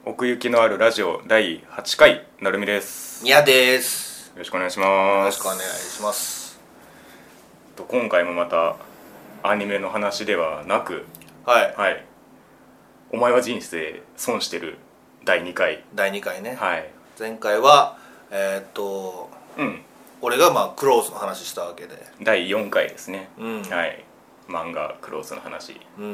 奥行きのあるラジオ第8回なるみです。 みやです。 よろしくお願いします。 よろしくお願いします。 今回もまたアニメの話ではなく、 はい、 お前は人生損してる第2回。 第2回ね、 はい、 前回は俺がクローズの話したわけで、 第4回ですね、 はい、 漫画クローズの話。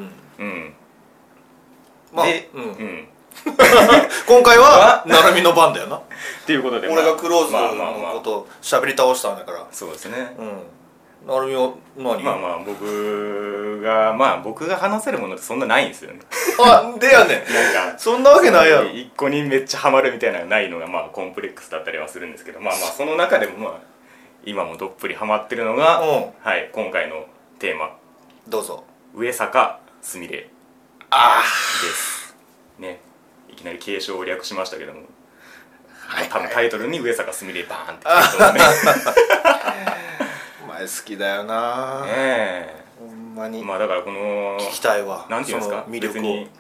今回はなるみの番だよなっていうことで、 俺がクローズのこと喋り倒したんだから。 そうですね。 なるみは何？ 僕が話せるものってそんなないんですよね。 でやねん。なんかそんなわけないやろ。 一個にめっちゃハマるみたいなのがないのがコンプレックスだったりはするんですけど、その中でも今もどっぷりハマってるのが、今回のテーマ、 どうぞ。 上坂すみれですね。いきなり継承を略しましたけども、多分タイトルに上坂すみれバーンって言うとねお前好きだよな。ほんまに。 だからこの聞きたいわ。 なんていうんですか、 魅力を。 別に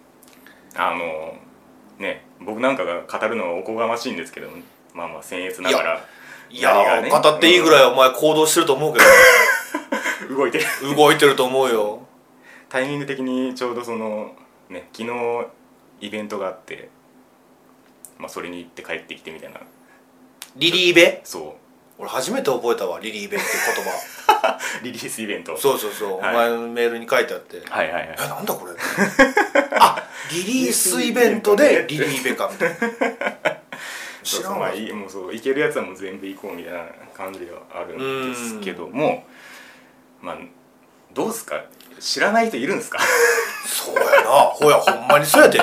僕なんかが語るのはおこがましいんですけど、僭越ながら、 語っていいぐらいお前行動してると思うけど動いてると思うよ。 タイミング的にちょうど昨日イベントがあって、それに行って帰ってきてみたいな。 リリーベ？ そう、俺初めて覚えたわ、リリーベって言葉リリースイベント。そう、 お前のメールに書いてあって、なんだこれリリースイベントでリリーベかみたいな知らんわ。 もうそう、行けるやつはもう全部行こうみたいな感じではあるんですけども、どうすか、知らない人いるんですかそうやな、ほんまにそうやで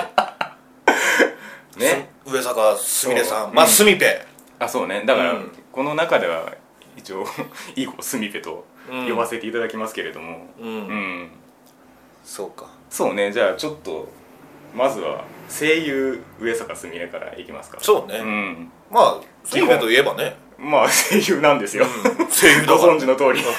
ね。上坂すみれさん、すみぺ。 そうね、だから、この中では一応いい子すみぺと呼ばせていただきますけれども、 そうか。そうね、じゃあちょっとまずは声優上坂すみれからいきますか。 そうね、すみぺといえばね、 声優なんですよ、 声優だご存知の通り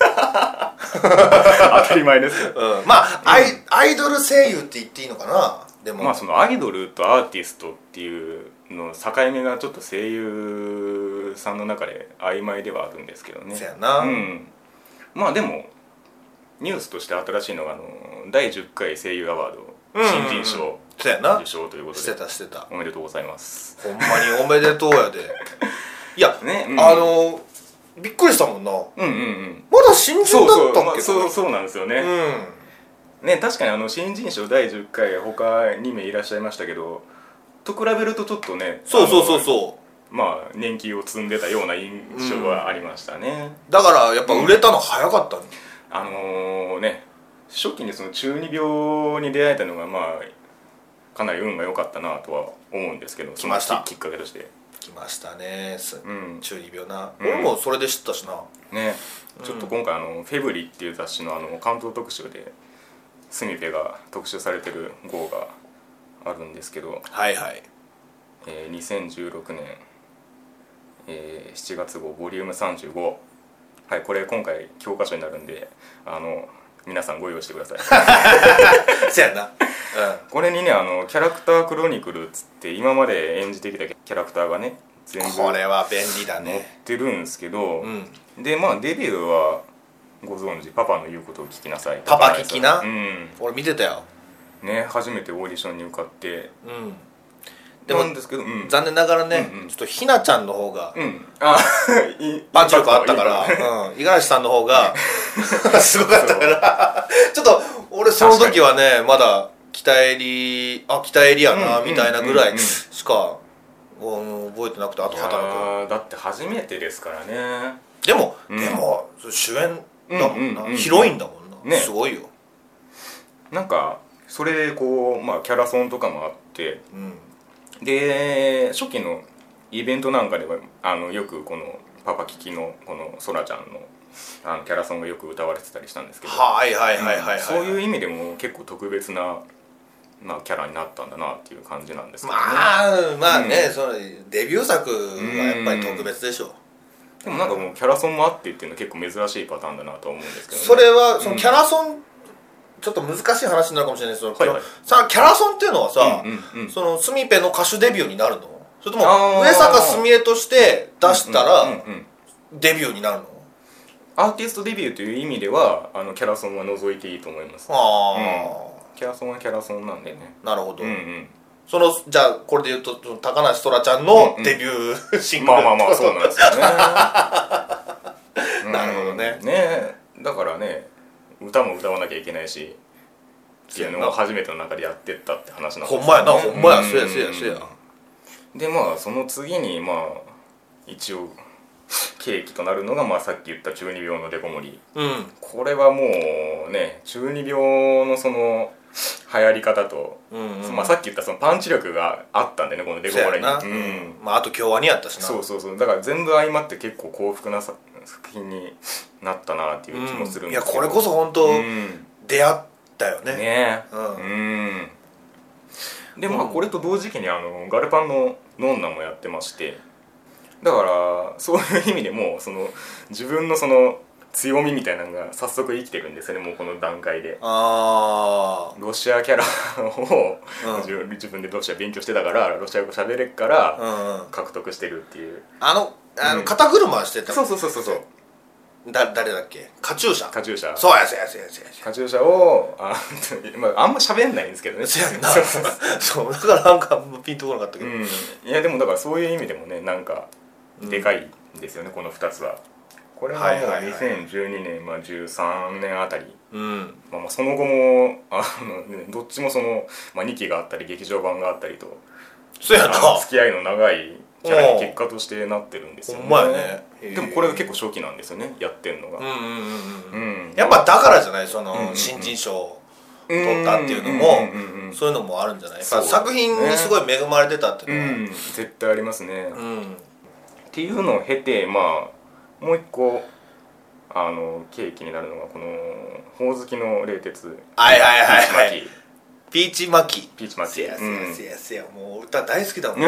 当たり前ですよ。 アイドル声優って言っていいのかな。でもそのアイドルとアーティストっていうの境目がちょっと声優さんの中で曖昧ではあるんですけどね。 そうやな。 でもニュースとして新しいのが第10回声優アワード新人賞受賞ということで、 してたおめでとうございます。 ほんまにおめでとうやでいやね、びっくりしたもんな。まだ新人だったっけ。 そうなんですよね。確かに新人賞第10回他2名いらっしゃいましたけど、と比べるとちょっとね、年季を積んでたような印象はありましたね。 だからやっぱ売れたの早かった初期にその中二病に出会えたのがかなり運が良かったなとは思うんですけど、 来ました。 きっかけとして来ましたね、中二病な。俺もそれで知ったしな。 ちょっと今回フェブリっていう雑誌の関東特集ですみぺが特集されてる号があるんですけど、2016年、7月号ボリューム35、これ今回教科書になるんで皆さんご用意してくださいそうやな。 これにねキャラクタークロニクルっつって今まで演じてきたキャラクターがね全部これは便利だね載ってるんですけど、でデビューはご存知、パパの言うことを聞きなさい。 パパ聞きな。俺見てたよね。初めてオーディションに受かって、 でもですけど、 残念ながらね、ちょっとひなちゃんの方がパンチ力あったから五十嵐さんの方がすごかったからちょっと俺その時はねまだ北襟やなみたいなぐらいしか覚えてなくて、あと働く。 だって初めてですからね。 でも主演だもんな、ヒロインだもんな、すごいよ。 なんかそれでキャラソンとかもあって、で初期のイベントなんかではよくこのパパキキのこのソラちゃんのキャラソンがよく歌われてたりしたんですけど、そういう意味でも結構特別なキャラになったんだなっていう感じなんですけどね。 そのデビュー作はやっぱり特別でしょ。 でもなんかもうキャラソンもあってっていうのは結構珍しいパターンだなと思うんですけどね。 それはそのキャラソンちょっと難しい話になるかもしれないですけど、 はいはい、 さキャラソンっていうのはさ、そのスミペの歌手デビューになるの？それとも上坂すみれとして出したらデビューになるの？ アーティストデビューという意味ではキャラソンは除いていいと思います。キャラソンはキャラソンなんでね。 なるほど。じゃあこれで言うと高梨沙羅ちゃんのデビューシングル、 まあそうなんですよね。 なるほどね。 だからね、歌も歌わなきゃいけないしっていうのを初めての中でやってったって話なんですよね。 ほんまやな、ほんまや、そうやそうやそうや。 でその次に一応契機となるのがさっき言った中二病のデコ盛り、これはもうね、中二病のその流行り方と、さっき言ったそのパンチ力があったんでね、このデコ盛りに。 あと京アニやったしな。 そうだから全部相まって結構幸福な作品になったなっていう気もするんですけど、 いやこれこそ本当出会ったよね。 でこれと同時期にガルパンのノンナもやってまして、だからそういう意味でもその自分のその強みみたいなのが早速生きてるんですよね、もうこの段階で。ロシアキャラを、自分でロシア勉強してたからロシア語喋れっから獲得してるっていう、 肩車してた。 そう誰だっけ、カチューシャ。 そうやカチューシャをあんま喋んないんですけどね。 そうだからなんかピンとこなかったけど、 いやでもだからそういう意味でもね、なんかでかいんですよね、この2つは。これはもう2012年、13年あたり、その後もどっちもその、2期があったり劇場版があったりと、 そうやな、 付き合いの長いキャラに結果としてなってるんですよね。 ほんまやね。 でもこれが結構初期なんですよね、やってんのが。 やっぱだからじゃない、その新人賞を取ったっていうのも、そういうのもあるんじゃない。作品にすごい恵まれてたっていうのは絶対ありますね。っていうのを経て、もう一個契機になるのがこのほおずきの冷徹、 ピーチマキ。 せやもう歌大好きだもん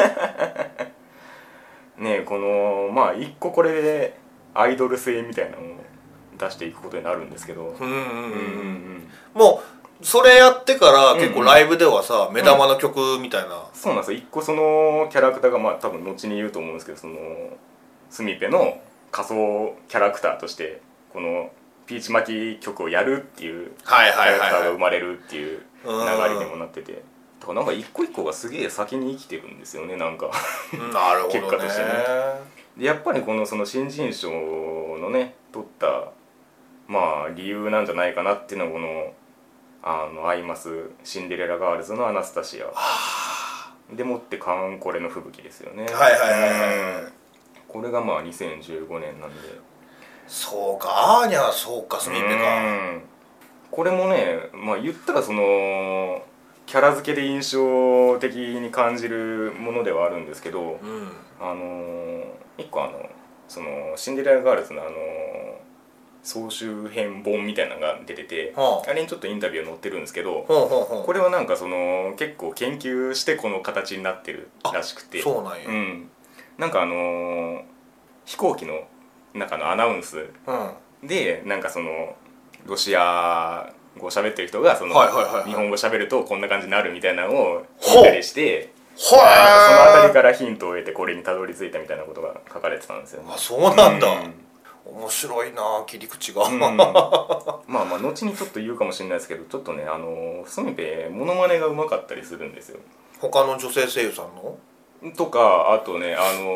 ね。この一個これでアイドル性みたいなのを出していくことになるんですけど、 もうそれやってから結構ライブではさ、目玉の曲みたいな。 そうなんですよ。一個そのキャラクターが多分後に言うと思うんですけど、そのスミペの仮想キャラクターとしてこのピーチ巻き曲をやるっていうキャラクターが生まれるっていう流れにもなってて、だからなんか一個一個がすげえ先に生きてるんですよね、なんかなるほどね。 結果としてね。でやっぱりその新人賞のね取った理由なんじゃないかなっていうのはこのアイマスシンデレラガールズのアナスタシアでもってカンコレの吹雪ですよね。これが2015年なんで。 そうか、アーニャはそうか、スミペか。 これもね、言ったらそのキャラ付けで印象的に感じるものではあるんですけど、一個そのシンデレラガールズの総集編本みたいなのが出てて、あれにちょっとインタビュー載ってるんですけど、これはなんかその結構研究してこの形になってるらしくて、 そうなんや。 なんか飛行機の中のアナウンスで、なんかそのロシア語を喋ってる人がその日本語喋るとこんな感じになるみたいなのを聞いたりして、そのあたりからヒントを得てこれにたどり着いたみたいなことが書かれてたんですよね。 そうなんだ。面白いな、切り口が。 後にちょっと言うかもしれないですけど、ちょっとねスミペモノマネがうまかったりするんですよ。 他の女性声優さんのとか、あとね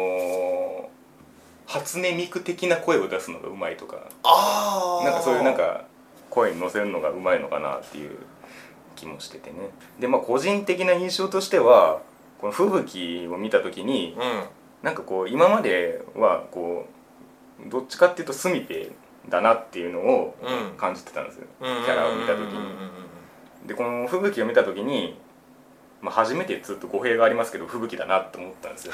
初音ミク的な声を出すのがうまいとか、なんかそういうなんか声に乗せるのがうまいのかなっていう気もしててね。で個人的な印象としてはこの吹雪を見た時に、なんかこう今まではこうどっちかっていうとスミペだなっていうのを感じてたんですよ、キャラを見た時に。でこの吹雪を見た時に、初めてずっと語弊がありますけど吹雪だなって思ったんですよ。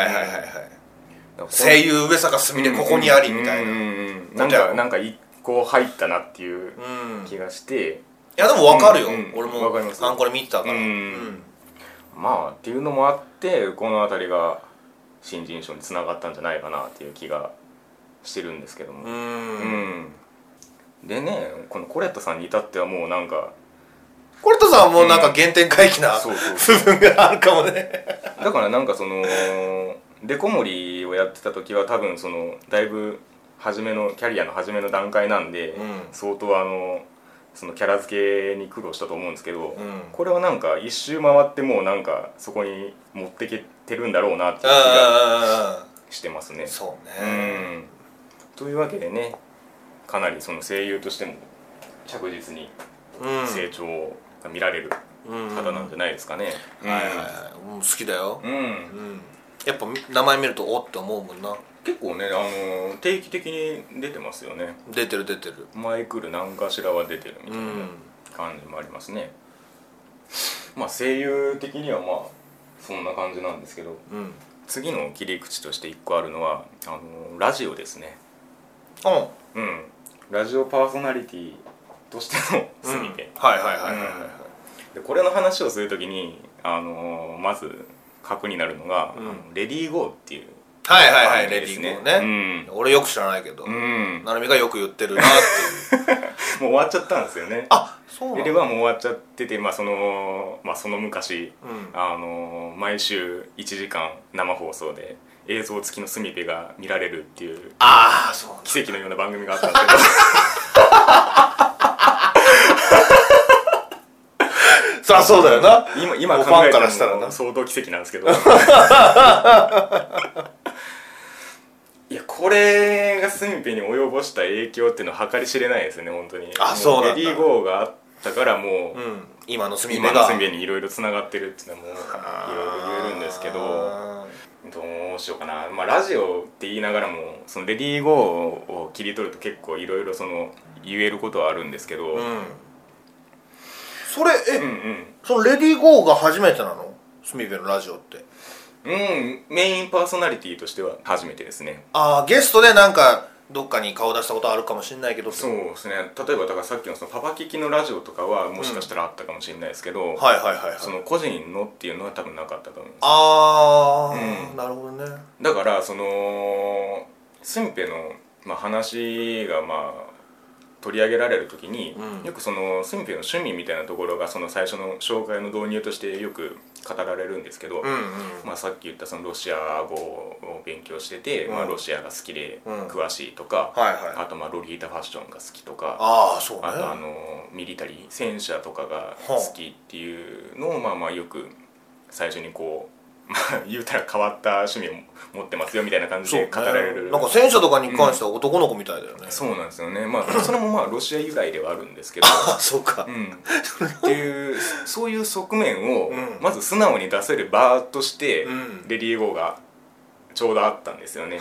声優上坂すみれここにありみたいな、 なんか一個入ったなっていう気がして、 いやでも分かるよ、俺もこれ見てたから。 っていうのもあってこの辺りが新人賞につながったんじゃないかなっていう気がしてるんですけども。 でね、このコレットさんに至ってはもうなんかコレットさんはもうなんか原点回帰な、 そうそう部分があるかもねだからなんかそのデコモリをやってた時は多分そのだいぶ初めのキャリアの初めの段階なんで、相当そのキャラ付けに苦労したと思うんですけど、これはなんか一周回ってもうなんかそこに持ってけてるんだろうなっていう気がしてますね。 そうね、 というわけでね、かなりその声優としても着実に成長が見られる方なんじゃないですかね。 はいはいはい、好きだよ。やっぱ名前見るとおって思うもんな。 結構ね、定期的に出てますよね。 出てる前来る何かしらは出てるみたいな感じもありますね。まあ声優的にはまあそんな感じなんですけど、次の切り口として1個あるのはラジオですね。ラジオパーソナリティとしてのスミペ。でこれの話をするときにまず核になるのが、レディーゴーっていうレディーゴーね、俺よく知らないけど、なるみがよく言ってるなっていうもう終わっちゃったんですよね。 そうなんだ。 レディーゴーはもう終わっちゃってて、その昔、毎週1時間生放送で映像付きのスミペが見られるっていう奇跡のような番組があったんですけどそりゃそうだよな。 今考えたら相当奇跡なんですけどいや、これがスミペに及ぼした影響っていうのは計り知れないですね、本当に。 そうなんだ。 レディーゴーがあったからもう、 今のスミペにいろいろつながってるっていうのはもういろいろ言えるんですけど、どうしようかな。ラジオって言いながらもそのレディーゴーを切り取ると結構いろいろその言えることはあるんですけど、 それそのレディーゴーが初めてなの？スミペのラジオって。 メインパーソナリティとしては初めてですね。 ゲストでなんかどっかに顔出したことあるかもしれないけど。 そうですね。例えばだからさっきのそのパパキキのラジオとかはもしかしたらあったかもしれないですけど、その個人のっていうのは多分なかったと思います。 なるほどね。 だからそのスミペの話が取り上げられる時に、よくそのスミペの趣味みたいなところがその最初の紹介の導入としてよく語られるんですけど、さっき言ったそのロシア語を勉強してて、ロシアが好きで詳しいとか、あとロリータファッションが好きとか、あとミリタリー戦車とかが好きっていうのをよく最初にこう言うたら変わった趣味を持ってますよみたいな感じで語られる、 なんか戦車とかに関しては男の子みたいだよね。 そうなんですよね。それもロシア由来ではあるんですけどそうか、 っていうそういう側面をまず素直に出せる場としてレディーゴーがちょうどあったんですよね。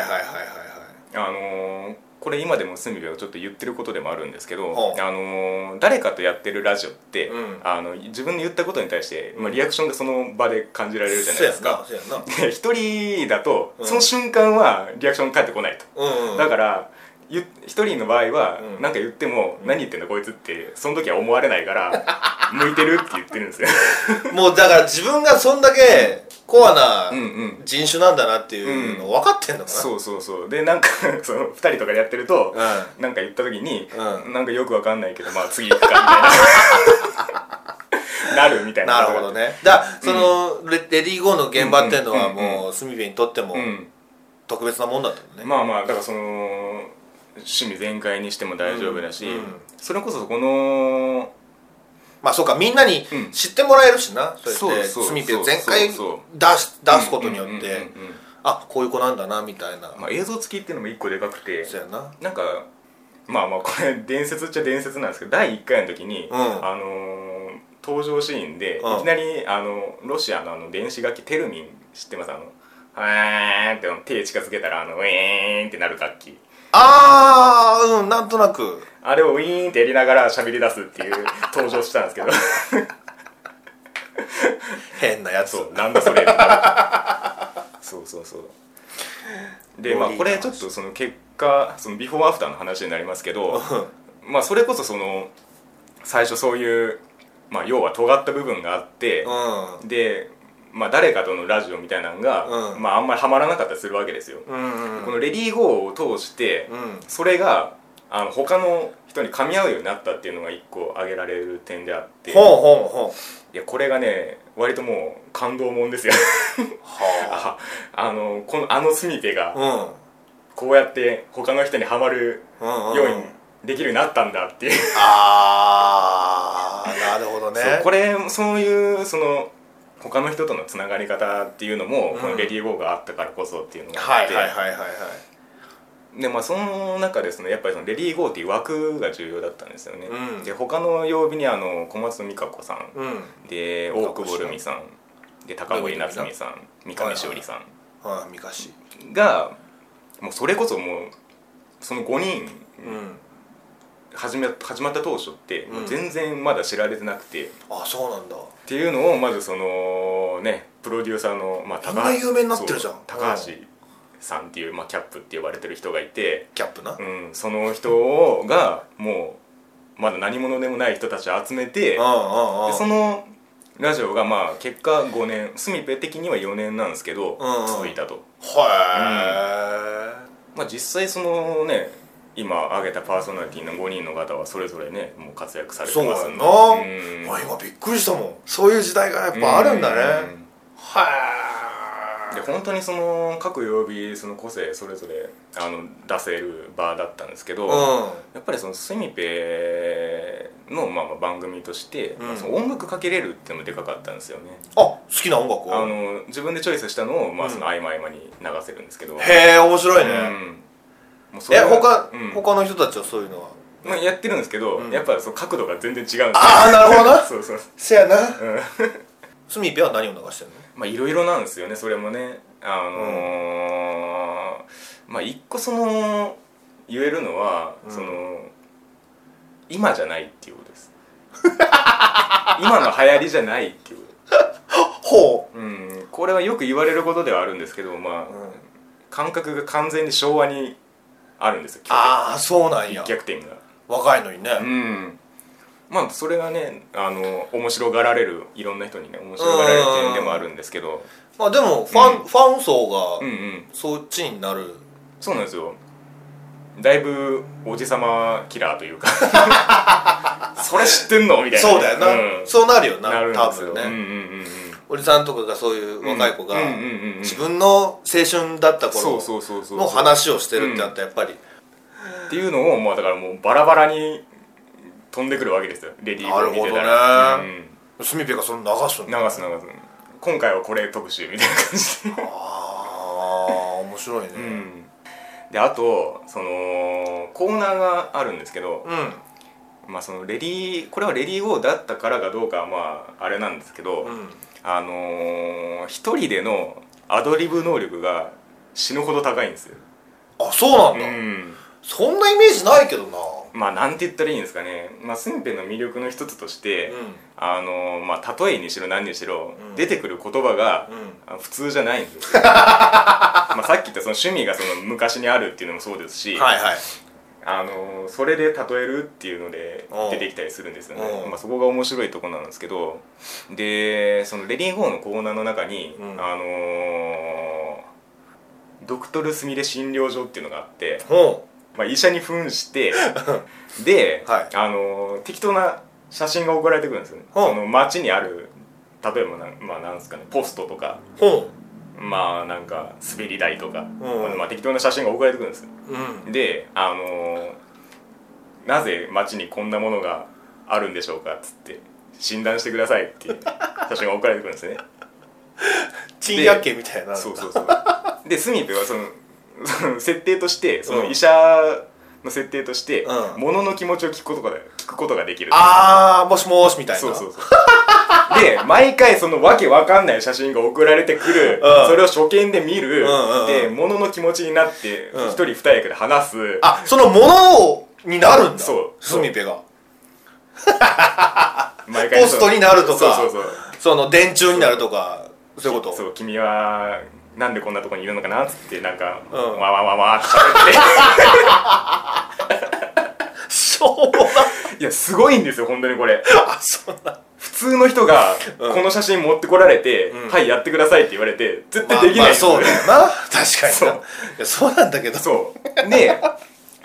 これ今でもスミペがちょっと言ってることでもあるんですけど、誰かとやってるラジオって、自分の言ったことに対して、リアクションがその場で感じられるじゃないですか。で一人だとその瞬間はリアクション返ってこないと、だから一人の場合は何か言っても、何言ってんだこいつってその時は思われないから向いてるって言ってるんですよもうだから自分がそんだけコアな人種なんだなっていうの分かってんのかな。 そうでなんかその2人とかでやってると、なんか言った時に、なんかよく分かんないけど次行くかみたいななるみたいな。 なるほどね。だからそのレディーゴーの現場っていうのはもうスミペにとっても特別なもんだったのね。 だからその趣味全開にしても大丈夫だし、それこそこのそうか、みんなに知ってもらえるしな。そうやってスミペを全開出すことによってこういう子なんだなみたいな。 映像付きっていうのも一個でかくて、 そうやな。 なんかこれ伝説っちゃ伝説なんですけど、第1回の時に登場シーンでいきなりロシアの電子楽器テルミン知ってます？って手近づけたらウィーンってなる楽器。 なんとなくあれをウィーンってやりながら喋り出すっていう登場したんですけど変なやつ。 なんだそれそうでこれちょっとその結果そのビフォーアフターの話になりますけどそれこそその最初そういう要は尖った部分があって、で誰かとのラジオみたいなのが、あんまりハマらなかったりするわけですよ。このレディーゴーを通して、それが他の人に噛み合うようになったっていうのが一個挙げられる点であって、 ほうほうほう。 いやこれがね割ともう感動もんですよはこのスミペがあ。 こうやって他の人にはまるうんうんうんようにできるようになったんだっていうあー、なるほどね。 そういうその他の人とのつながり方っていうのも、このレディー・ゴーがあったからこそっていうのがあって、 はいはいはいはいはい。 でその中ですねやっぱりそのレディー・ゴーっていう枠が重要だったんですよね、 うん、 で他の曜日に小松美香子さん、 うん、 で大久保留美さんで高森夏美さん三上しおりさん、 はいはい、三上がもうそれこそもうその5人、 うん始まった当初ってもう全然まだ知られてなくて、 あ、そうなんだっていうのをまずそのねプロデューサーの、 高橋有名になってるじゃん。 高橋さんっていう、キャップって呼ばれてる人がいて、 キャップな、 その人がもうまだ何者でもない人たちを集めて、でそのラジオが結果5年スミペ的には4年なんですけど、続いたと。 へえ、実際そのね今挙げたパーソナリティの5人の方はそれぞれねもう活躍されてますんで、 そうやな、今びっくりしたもん。そういう時代がやっぱあるんだね。 はい。で本当にその各曜日その個性それぞれ出せる場だったんですけど、やっぱりそのスミペの番組として、その音楽かけれるっていうのもでかかったんですよね。 あ、好きな音楽を自分でチョイスしたのをその合間合間に流せるんですけど、 へえ、面白いね。もうそれ他の人たちはそういうのはやってるんですけど、やっぱその角度が全然違うんですよ。 ああ、なるほどなそうそうせやな。スミペは何を流してるの？ いろいろなんですよね、それもね。一個その言えるのは、その今じゃないっていうことです今の流行りじゃないっていうほう、 これはよく言われることではあるんですけど、感覚が完全に昭和にあるんですよ。 ああ、そうなんや。 逆転が若いのにね。 それがね面白がられる、いろんな人にね面白がられる点でもあるんですけど、 でもファン層がそっちになる。 そうなんですよ。だいぶおじさまキラーというかそれ知ってんのみたいな、 そうだよな、そうなるよな、多分ね。おじさんとかがそういう若い子が自分の青春だった頃の話をしてるってなったらやっぱりっていうのをだからもうバラバラに飛んでくるわけですよ、レディー・ゴー見てたら。 なるほどね。スミペがその流す今回はこれ特集みたいな感じでああ、面白いね。 であとそのコーナーがあるんですけど、そのこれはレディー・ゴーだったからかどうかはあれなんですけど、一人でのアドリブ能力が死ぬほど高いんですよ。 あ、そうなんだ。そんなイメージないけどな。 なんて言ったらいいんですかね。スミペの魅力の一つとして、例えにしろ何にしろ、出てくる言葉が、普通じゃないんですよさっき言ったその趣味がその昔にあるっていうのもそうですし、それで例えるっていうので出てきたりするんですよね。そこが面白いところなんですけど、でそのレディー・ゴーのコーナーの中に、ドクトル・スミレ診療所っていうのがあって、医者に扮してで、適当な写真が送られてくるんですよね。その街にある例えばなんですかね、ポストとかなんか滑り台とか、適当な写真が送られてくるんですよ。でなぜ街にこんなものがあるんでしょうかっつって診断してくださいっていう写真が送られてくるんですね。 珍百景みたいな。 そうでスミペはその設定としてその医者の設定として物の気持ちを聞くことができる。 ああ、もしもしみたいな。 そうで毎回そのわけわかんない写真が送られてくる、それを初見で見る、で物の気持ちになって一人二役で話す。 あ、その物になるんだ。 スミペが毎回ポストになるとか、その電柱になるとか、そういうこと。 そう、君はなんでこんなとこにいるのかなっつってなんかわわわわって喋ってしょうもない。 いやすごいんですよ本当にこれ。 そんな普通の人がこの写真持ってこられてはいやってくださいって言われて絶対できないんですよ。 そうだよな、確かに。そうなんだけど。 そうで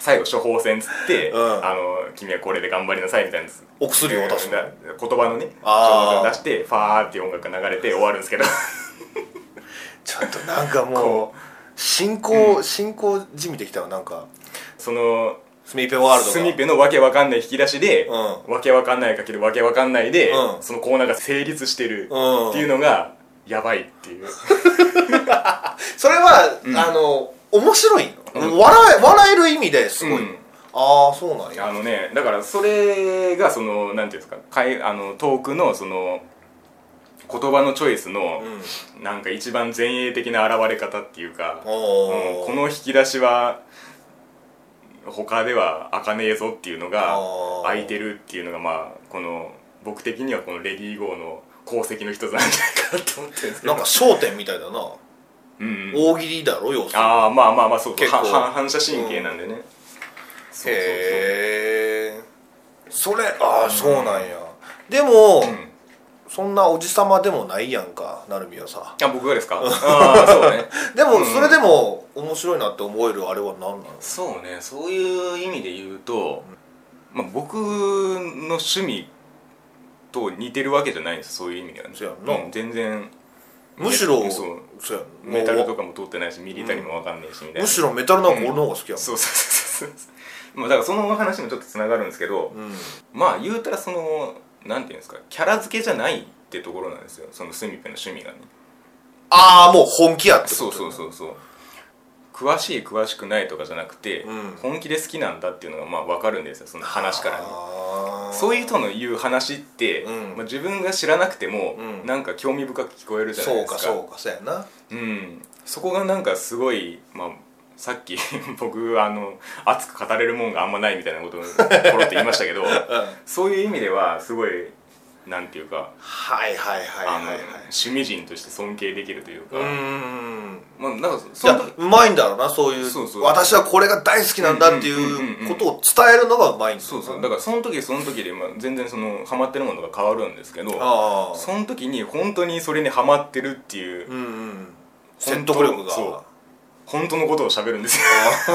最後処方箋つって、 うん、 君はこれで頑張りなさいみたいなお薬を渡すの、 言葉のね処方箋を出してファーっていう音楽が流れて終わるんですけどちょっとなんかもう進行じみてきたわ。なんかそのスミペワールドがスミペのわけわかんない引き出しで、 うん、 わけわかんないかけるわけわかんないで、 うん、 そのコーナーが成立してるっていうのがやばいっていうそれは、面白いの、笑える意味ですごい、ああそうなんや。 だからそれがそのなんていうんですかトークのその言葉のチョイスの、なんか一番前衛的な現れ方っていうか、この引き出しは他では開かねえぞっていうのが開いてるっていうのが、まあこの僕的にはこのレディーゴーの功績の一つなんじゃないかなって思ってるんですけど、 なんか焦点みたいだな、大喜利だろ要するに。 ああまあそう反射神経なんでね、 へえそれそうなんや。でも、そんなおじさまでもないやんか、成海はさ。 僕がですかそうねでも、それでも面白いなって思えるあれは何なの？ そうね、そういう意味で言うと、僕の趣味と似てるわけじゃないんです、そういう意味ではね。 そうやんな、 全然むしろそうやん、 メタルとかも通ってないしミリタリーも分かんないしみたいな、 むしろメタルなんか俺の方が好きやもん、 そうだからその話もちょっとつながるんですけど、まあ言うたらそのなんていうんですか、キャラ付けじゃないってところなんですよ、そのスミペの趣味がね。 もう本気やってこと。 そう詳しい詳しくないとかじゃなくて、本気で好きなんだっていうのがまあ分かるんですよ、その話からね。そういう人の言う話って、自分が知らなくても、なんか興味深く聞こえるじゃないですか。 そうやな。 そこがなんかすごい、さっき僕熱く語れるもんがあんまないみたいなことをポロって言いましたけど、そういう意味ではすごいなんていうか、趣味人として尊敬できるというか、なんかうまいんだろうな、そういう私はこれが大好きなんだっていうことを伝えるのがうまいんだ。 そうだからその時で、全然そのハマってるものが変わるんですけど、その時に本当にそれにハマってるっていう説得力が、 本当のことを喋るんですよ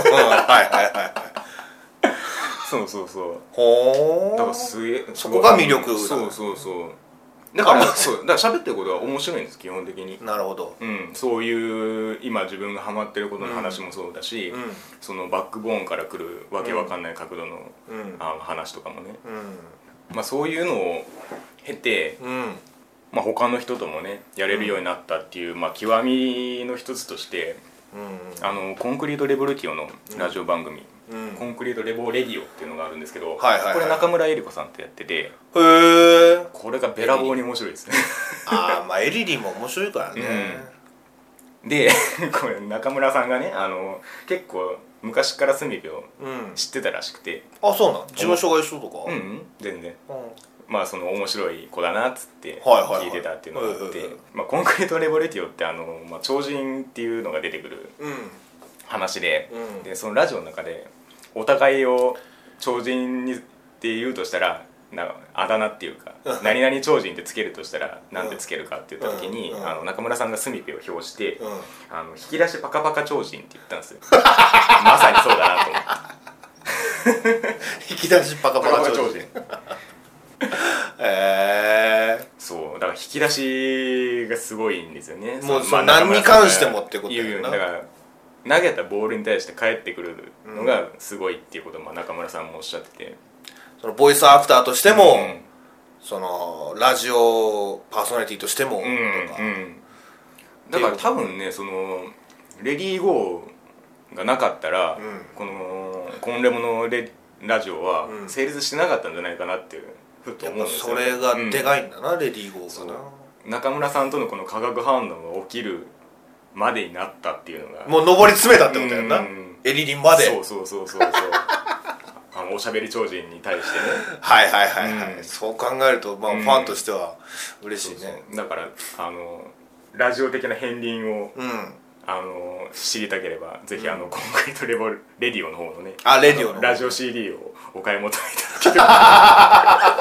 そうだからすげえ、 そこが魅力だ。 そうだから喋ってることは面白いんです、基本的に。 なるほど。 そういう今自分がハマってることの話もそうだし、そのバックボーンから来るわけわかんない角度の話とかもね、そういうのを経て、他の人ともねやれるようになったっていう、極みの一つとして、コンクリートレボルティオのラジオ番組、コンクリートレボレディオっていうのがあるんですけど、これ中村江里子さんってやってて、これがべらぼうに面白いですねエリリも面白いからね、 でこれ中村さんがね結構昔からスミペを知ってたらしくて、 そうなん、事務所が一緒とか？ 全然、その面白い子だなっつって聞いてたっていうのがあって、コンクリートレボレティオって超人っていうのが出てくる話で、そのラジオの中でお互いを超人にって言うとしたらあだ名っていうか何々超人ってつけるとしたらなんでつけるかって言った時に、中村さんがスミペを表して引き出しパカパカ超人って言ったんですよまさにそうだなと思って引き出しパカパカ超人そうだから引き出しがすごいんですよね。 もう何に関してもってことだよな。 だから投げたボールに対して返ってくるのがすごいっていうことを中村さんもおっしゃってて、 そのボイスアクターとしても、そのラジオパーソナリティとしてもだから多分ね、そのレディーゴーがなかったら、このコンレモのラジオは成立してなかったんじゃないかなっていうふと思うんですよね。 それがでかいんだな、レディーゴーがな。 中村さんとのこの化学反応が起きるまでになったっていうのがもう上り詰めたってことやんな、エリリンまで。 そうおしゃべり超人に対してねそう考えるとファンとしては嬉しいね。 だからラジオ的な片鱗を知りたければぜひコンクリートレディオの方のねレディオのラジオ CD をお買い求めいただければ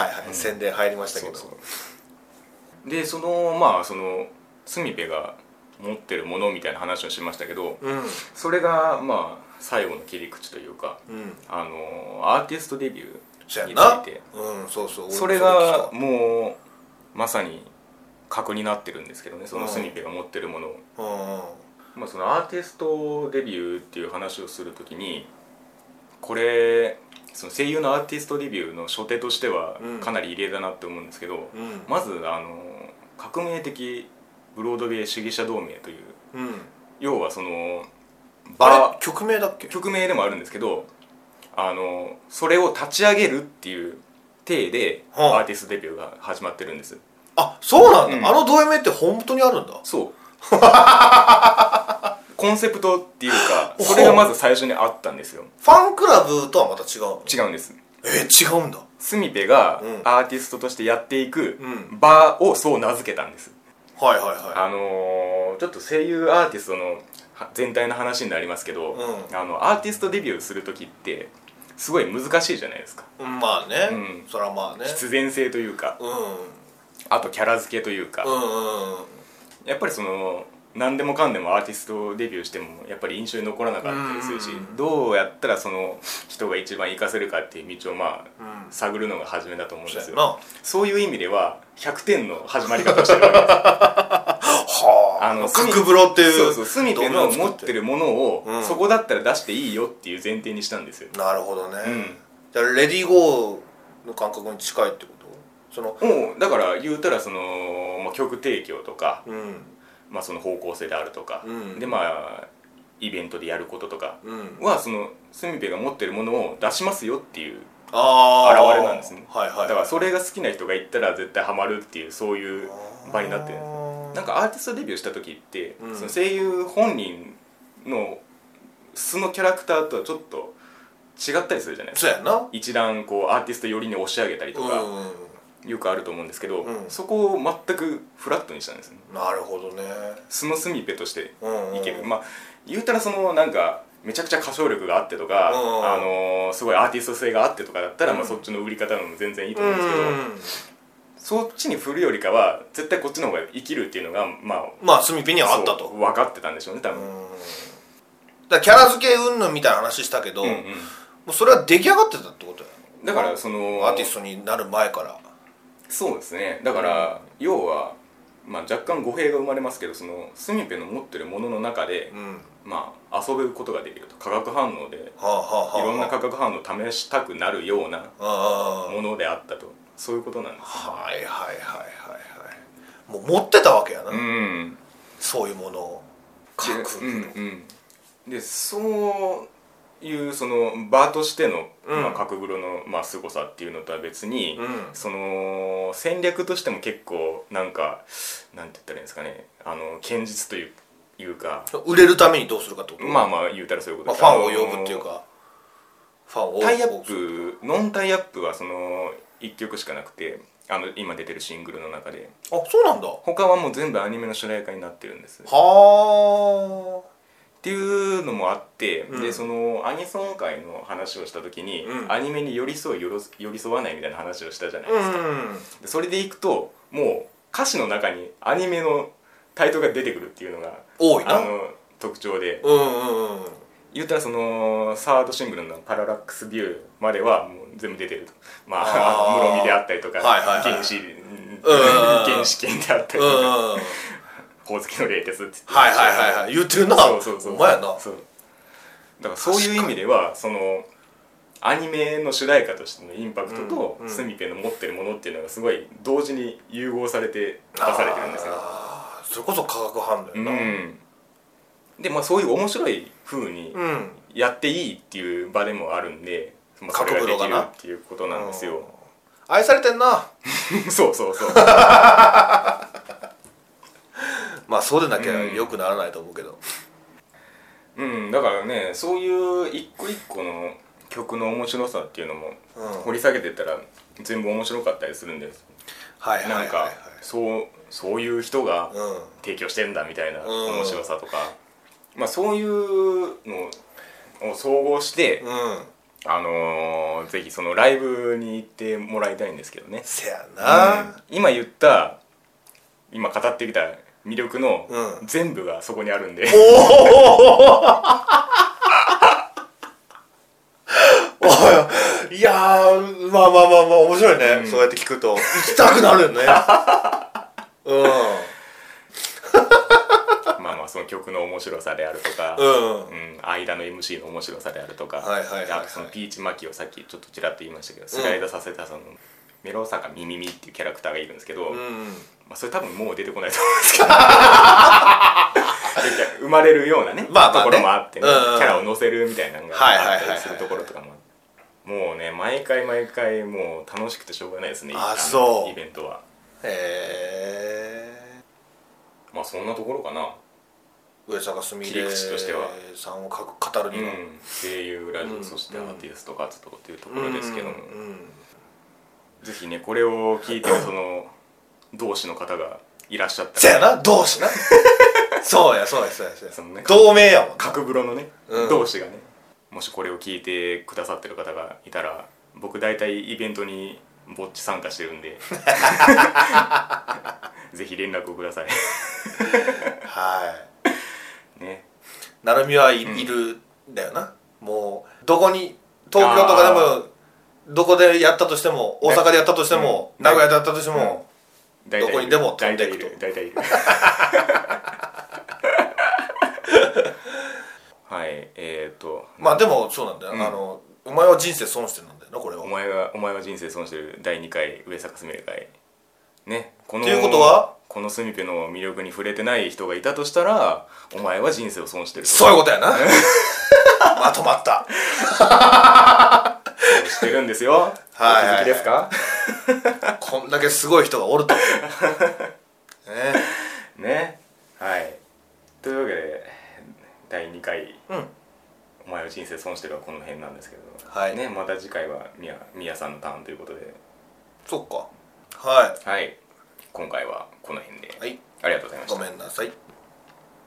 宣伝入りましたけど。 でそのスミペが持ってるものみたいな話をしましたけど、 うん、 それがまあ最後の切り口というか、 うん、 アーティストデビューについて、 うん、そうそう、 それがもうまさに核になってるんですけどね、そのスミペが持ってるものを、まあ、そのアーティストデビューっていう話をするときに、これその声優のアーティストデビューの初手としてはかなり異例だなって思うんですけど、まず革命的ブロードウェイ主義者同盟という、要はその曲名だっけ？ 曲名でもあるんですけど、それを立ち上げるっていう体でアーティストデビューが始まってるんです。 あ、そうなんだ、あの同盟って本当にあるんだ。 そうコンセプトっていうか、それがまず最初にあったんですよ。 ファンクラブとはまた違うの？ 違うんです。 違うんだ。 スミペがアーティストとしてやっていく場をそう名付けたんです。 はいはいはい。ちょっと声優アーティストの全体の話になりますけど、アーティストデビューする時ってすごい難しいじゃないですか。 まあね、それはまあね、 必然性というか、あとキャラ付けというか、やっぱりその何でもかんでもアーティストデビューしてもやっぱり印象に残らなかったりするし、どうやったらその人が一番活かせるかっていう道をまあ探るのが初めだと思うんですよ。そういう意味では100点の始まり方をしてるわけです。 角風呂っていう、 そうそう、スミペの持ってるものをそこだったら出していいよっていう前提にしたんですよ。 なるほどね。だからレディーゴーの感覚に近いってこと？ だから言うたらその曲提供とか、まあその方向性であるとか、でまあイベントでやることとかはそのスミペが持ってるものを出しますよっていう現れなんですね。だからそれが好きな人が行ったら絶対ハマるっていう、そういう場になってるんです。なんかアーティストデビューした時って、その声優本人の素のキャラクターとはちょっと違ったりするじゃないですか。 そうやな。 一段こうアーティスト寄りに押し上げたりとか、よくあると思うんですけど、そこを全くフラットにしたんですね。 なるほどね。 素のスミペとしていける。まあ言うたらそのなんかめちゃくちゃ歌唱力があってとか、すごいアーティスト性があってとかだったら、まあそっちの売り方のも全然いいと思うんですけど、そっちに振るよりかは絶対こっちの方が生きるっていうのがまあスミペにはあったと分かってたんでしょうね、多分。 だからキャラ付け云々みたいな話したけど、もうそれは出来上がってたってことや。 だからそのアーティストになる前から。 そうですね。だから要はまあ若干語弊が生まれますけど、そのスミペの持ってるものの中でまあ遊ぶことができると、化学反応でいろんな化学反応を試したくなるようなものであったと、そういうことなんです。 はいはいはいはいはい。もう持ってたわけやな、そういうものを。 でそういうその場としての角黒のまあ凄さっていうのとは別に、その戦略としても結構なんかなんて言ったらいいんですかね、堅実というか、 売れるためにどうするかってこと？ まあまあ言うたらそういうことです。 ファンを呼ぶっていうか、 ファンをタイアップ、ノンタイアップはその1曲しかなくて、今出てるシングルの中で。 あ、そうなんだ。 他はもう全部アニメの主題歌になってるんです。 はあ。 っていうのもあって、でそのアニソン界の話をした時に、アニメに寄り添わないみたいな話をしたじゃないですか。でそれでいくともう歌詞の中にアニメのタイトルが出てくるっていうのが多いな、 特徴で、言ったらそのサードシングルの「パララックスビュー」まではもう全部出てると。まあ室見であったりとか、原始圏であったりとか、ほおずきの冷徹って言ってるな。 そうお前やな。 そうだからそういう意味ではそのアニメの主題歌としてのインパクトとスミペの持ってるものっていうのがすごい同時に融合されて出されてるんですよ。 それこそ化学反応やな。 でまあそういう面白い風にやっていいっていう場でもあるんで、それができるっていうことなんですよ。 愛されてんな。 そうまあそうでなきゃ良くならないと思うけど、 だからね、そういう一個一個の曲の面白さっていうのも掘り下げてったら全部面白かったりするんです。なんかそういう人が提供してんだみたいな面白さとか、まあそういうのを総合してぜひそのライブに行ってもらいたいんですけどね。 せやな、 今語ってきた魅力のうん全部がそこにあるんで、 おおいやーまあ面白いね、 うんそうやって聞くと行きたくなるよねうんまあその曲の面白さであるとか、 うん間の MC の面白さであるとか、 はいはいはいはいであとそのピーチマキをさっきちょっとちらっと言いましたけど、スライドさせたそのメロ坂ミミミっていうキャラクターがいるんですけど、それ多分もう出てこないと思うんですけど生まれるようなね、 まあまあねところもあってね、 うんキャラを乗せるみたいなのがあったりするところとかもあって、もうね毎回もう楽しくてしょうがないですね、 そうイベントは。 へえまあそんなところかな、 上坂すみ切り口としてはさんを語るには、 声優ラジオ、そしてアーティスト活動っていうところですけども、ぜひねこれを聞いてるその同志の方がいらっしゃったら、 せやな同志なそうやそのね同盟やもんな角風呂のね、同志がね、もしこれを聞いてくださってる方がいたら、僕大体イベントにぼっち参加してるんでぜひ連絡をくださいはいね、 なるみはいるんだよな、もうどこに東京とかでもどこでやったとしても、大阪でやったとしても、名古屋でやったとしても、どこにでも飛んでいくと。 大体いるはいまあでもそうなんだよ、お前は人生損してるなんだよなこれは。 お前は人生損してる第2回上坂すみれ会ね、 っていうことはこのスミペの魅力に触れてない人がいたとしたら、お前は人生を損してると。 そういうことやなまとまったそうしてるんですよはいはいはいお気づきですかこんだけすごい人がおるとね、はいというわけで第2回、お前は人生損してるはこの辺なんですけど、 はいね、また次回はみやさんのターンということで、 そっかはいはい今回はこの辺で、 はいありがとうございました。 ごめんなさい。